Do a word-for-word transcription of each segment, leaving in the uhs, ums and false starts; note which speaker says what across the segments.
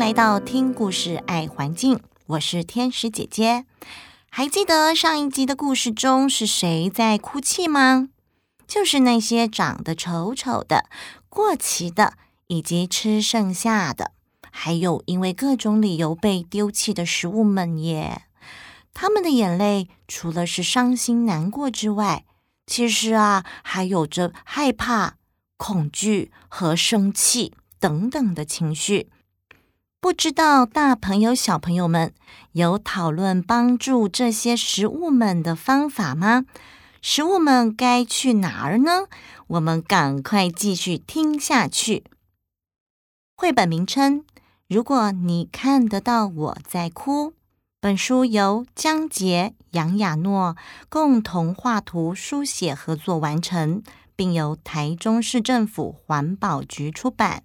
Speaker 1: 来到听故事爱环境，我是天使姐姐。还记得上一集的故事中是谁在哭泣吗？就是那些长得丑丑的、过期的，以及吃剩下的，还有因为各种理由被丢弃的食物们耶。他们的眼泪除了是伤心难过之外，其实啊，还有着害怕、恐惧和生气等等的情绪。不知道大朋友小朋友们有讨论帮助这些食物们的方法吗？食物们该去哪儿呢？我们赶快继续听下去。绘本名称：如果你看得到我在哭。本书由江杰、杨雅诺共同画图书写合作完成，并由台中市政府环保局出版。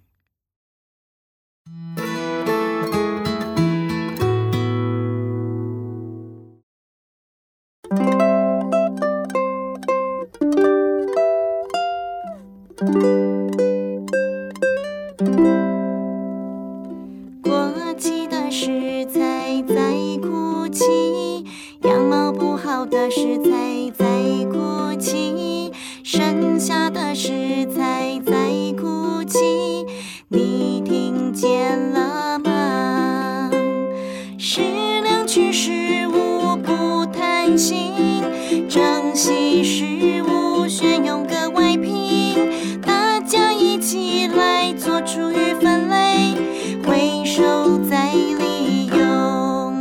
Speaker 1: 过期的食材在哭泣，样貌不好的食材在哭泣，剩下的食材在哭泣，你听见了吗？适量取食物不贪心，珍惜食物选用个外品，大家一起来做厨余分类，回收再利用。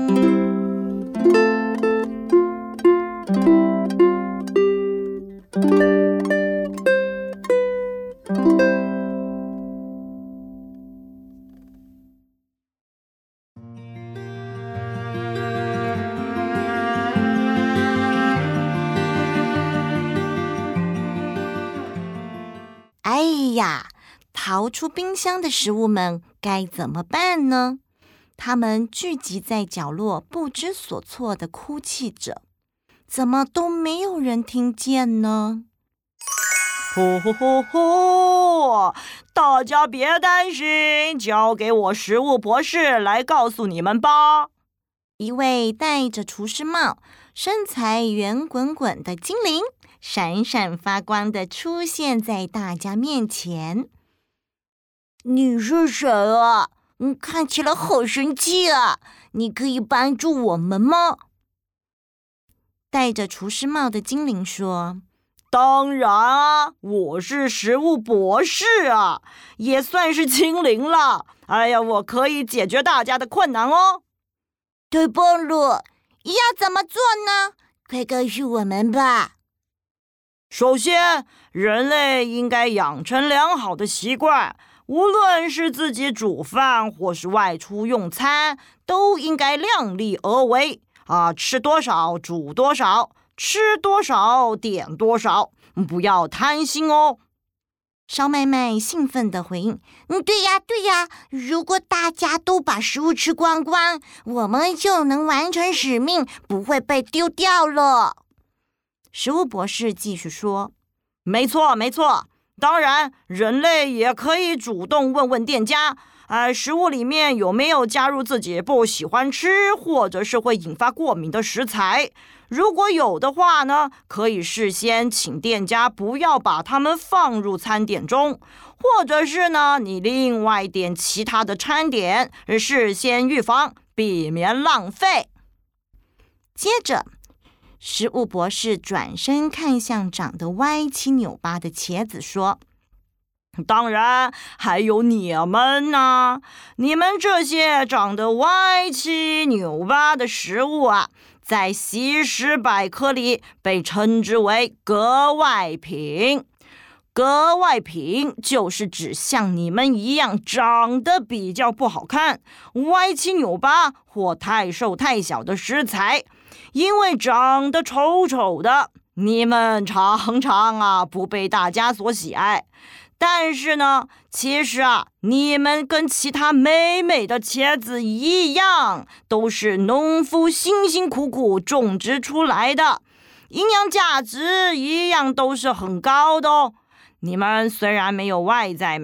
Speaker 1: 哎呀，逃出冰箱的食物们该怎么办呢？他们聚集在角落，不知所措地哭泣着，怎么都没有人听见呢？
Speaker 2: 呼呼呼呼！大家别担心，交给我食物博士来告诉你们吧。
Speaker 1: 一位戴着厨师帽、身材圆滚滚的精灵，闪闪发光地出现在大家面前。
Speaker 3: 你是谁啊？嗯，看起来好生气啊！你可以帮助我们吗？
Speaker 1: 戴着厨师帽的精灵说：
Speaker 2: 当然啊，我是食物博士啊，也算是精灵了。哎呀，我可以解决大家的困难哦。
Speaker 3: 太棒了！要怎么做呢？快告诉我们吧。
Speaker 2: 首先，人类应该养成良好的习惯，无论是自己煮饭或是外出用餐，都应该量力而为啊，吃多少煮多少，吃多少点多少，不要贪心哦。
Speaker 1: 烧麦麦兴奋地回应：
Speaker 3: 嗯，对呀对呀，如果大家都把食物吃光光，我们就能完成使命，不会被丢掉了。
Speaker 1: 食物博士继续说：
Speaker 2: 没错没错，当然人类也可以主动问问店家，呃，食物里面有没有加入自己不喜欢吃或者是会引发过敏的食材。如果有的话呢，可以事先请店家不要把它们放入餐点中，或者是呢，你另外点其他的餐点，事先预防，避免浪费。
Speaker 1: 接着，食物博士转身看向长得歪七扭八的茄子说：
Speaker 2: 当然还有你们呢，你们这些长得歪七扭八的食物啊，在西施百科里被称之为格外品。格外品就是指像你们一样长得比较不好看、歪七扭八或太瘦太小的食材。因为长得丑丑的，你们常常啊不被大家所喜爱。但是呢，其实啊，你们跟其他美美的茄子一样，都是农夫辛辛苦苦种植出来的，营养价值一样都是很高的哦。你们虽然没有外在美，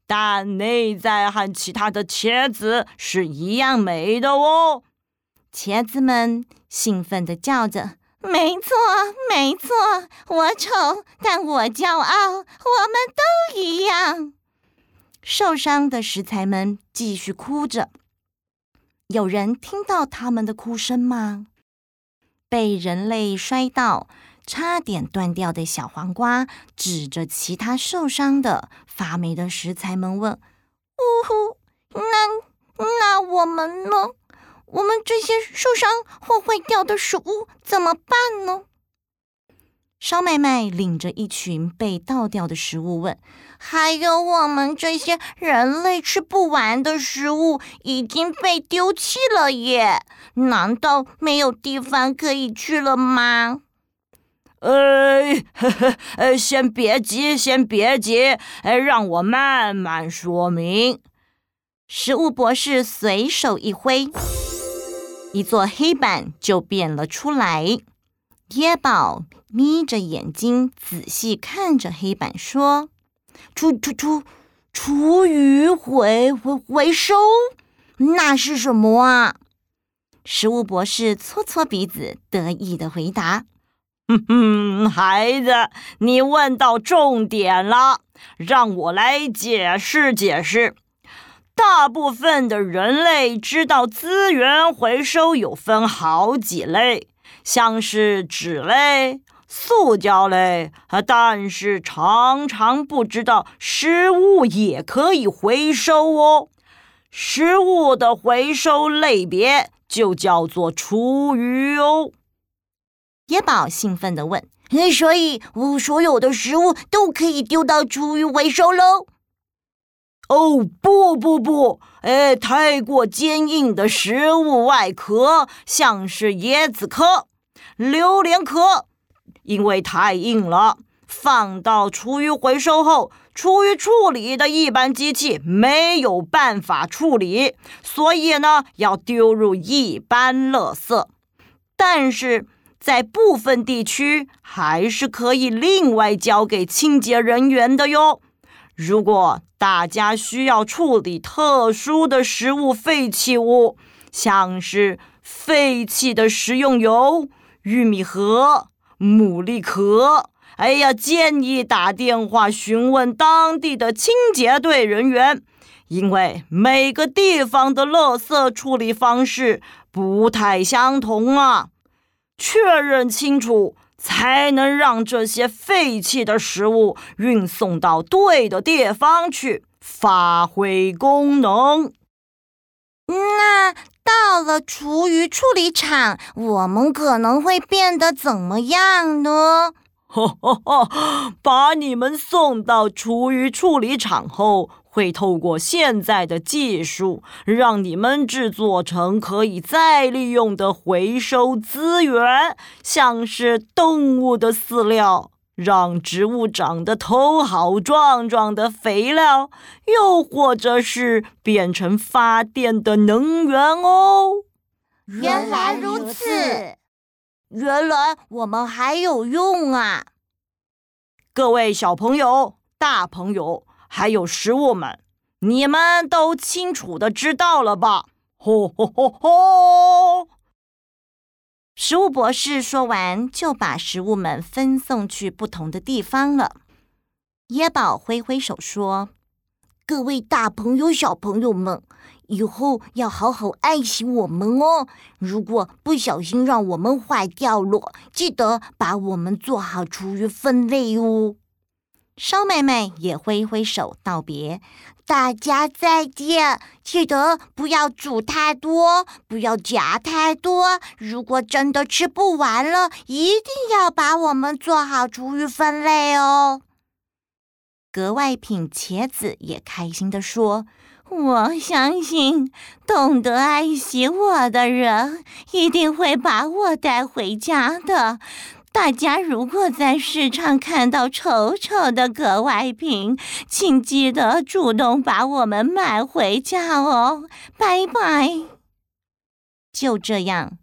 Speaker 2: 但内在和其他的茄子是一样美的哦。
Speaker 1: 茄子们兴奋地叫着：没错，没错，我丑，但我骄傲，我们都一样。受伤的食材们继续哭着。有人听到他们的哭声吗？被人类摔到差点断掉的小黄瓜指着其他受伤的发霉的食材们问：呜呼，那那我们呢？我们这些受伤或坏掉的食物怎么办呢？烧麦麦领着一群被倒掉的食物问：还有我们这些人类吃不完的食物已经被丢弃了耶，难道没有地方可以去了吗？
Speaker 2: 呃，呵呵呃，先别急，先别急，呃，让我慢慢说明。
Speaker 1: 食物博士随手一挥，一座黑板就变了出来。椰宝眯着眼睛仔细看着黑板说：厨厨厨厨余回回回收，那是什么啊？食物博士搓搓鼻子，得意地回答：
Speaker 2: 哼哼，孩子，你问到重点了，让我来解释解释。大部分的人类知道资源回收有分好几类，像是纸类、塑胶类，但是常常不知道食物也可以回收哦。食物的回收类别就叫做厨余哦。
Speaker 1: 椰宝兴奋地问：所以所有的食物都可以丢到厨余回收喽？
Speaker 2: 哦，不不不，哎，太过坚硬的食物外壳，像是椰子壳、榴莲壳，因为太硬了，放到厨余回收后，厨余处理的一般机器没有办法处理，所以呢，要丢入一般垃圾。但是在部分地区还是可以另外交给清洁人员的哟。如果大家需要处理特殊的食物废弃物，像是废弃的食用油、玉米盒、牡蛎壳，哎呀，建议打电话询问当地的清洁队人员，因为每个地方的垃圾处理方式不太相同啊。确认清楚，才能让这些废弃的食物运送到对的地方去，发挥功能。
Speaker 3: 那到了厨余处理厂，我们可能会变得怎么样呢？
Speaker 2: 哈哈哈！把你们送到厨余处理厂后，会透过现在的技术，让你们制作成可以再利用的回收资源，像是动物的饲料，让植物长得头好壮壮的肥料，又或者是变成发电的能源哦。
Speaker 3: 原来如此，原来我们还有用啊！
Speaker 2: 各位小朋友、大朋友，还有食物们，你们都清楚的知道了吧？吼吼吼吼！
Speaker 1: 食物博士说完，就把食物们分送去不同的地方了。椰宝挥挥手说：
Speaker 3: 各位大朋友、小朋友们，以后要好好爱惜我们哦。如果不小心让我们坏掉了，记得把我们做好厨余分类哦。
Speaker 1: 烧麦麦也挥挥手道别：
Speaker 3: 大家再见，记得不要煮太多，不要夹太多。如果真的吃不完了，一定要把我们做好厨余分类哦。
Speaker 1: 格外品茄子也开心地说：我相信懂得爱惜我的人一定会把我带回家的。大家如果在市场看到丑丑的格外品，请记得主动把我们买回家哦。拜拜。就这样，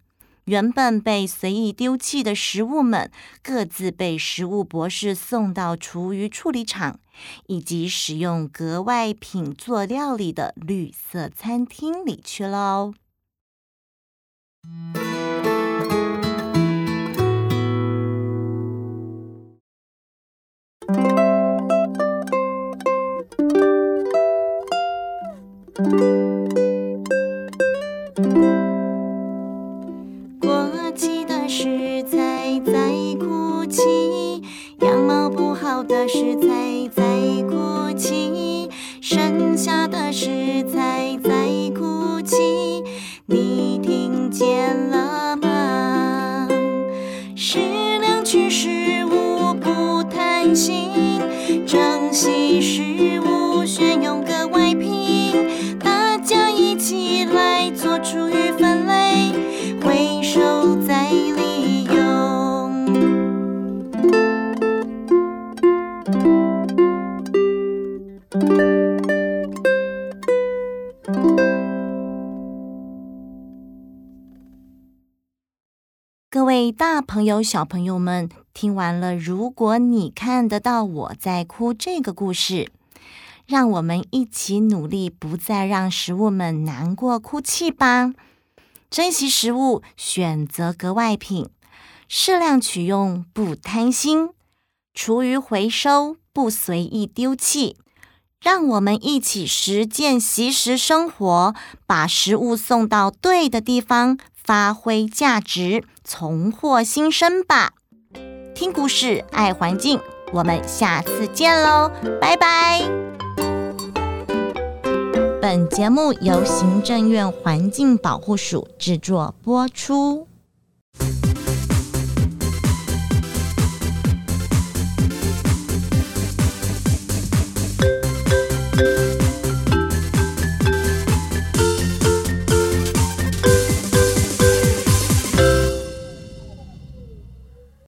Speaker 1: 原本被随意丢弃的食物们，各自被食物博士送到厨余处理厂，以及使用格外品做料理的绿色餐厅里去喽。
Speaker 3: 过期的食材在哭泣，样貌不好的食材在哭泣，剩下的食材在哭泣，你听见了吗？适量取食物不贪心，珍惜食物选用格外品，大家一起来做厨余分类，回收再利用。
Speaker 1: 各位大朋友小朋友们，听完了如果你看得到我在哭这个故事，让我们一起努力，不再让食物们难过哭泣吧。珍惜食物，选择格外品，适量取用，不贪心，厨余回收，不随意丢弃。让我们一起实践惜食生活，把食物送到对的地方，发挥价值，重获新生吧。听故事，爱环境，我们下次见喽，拜拜。本节目由行政院环境保护署制作播出。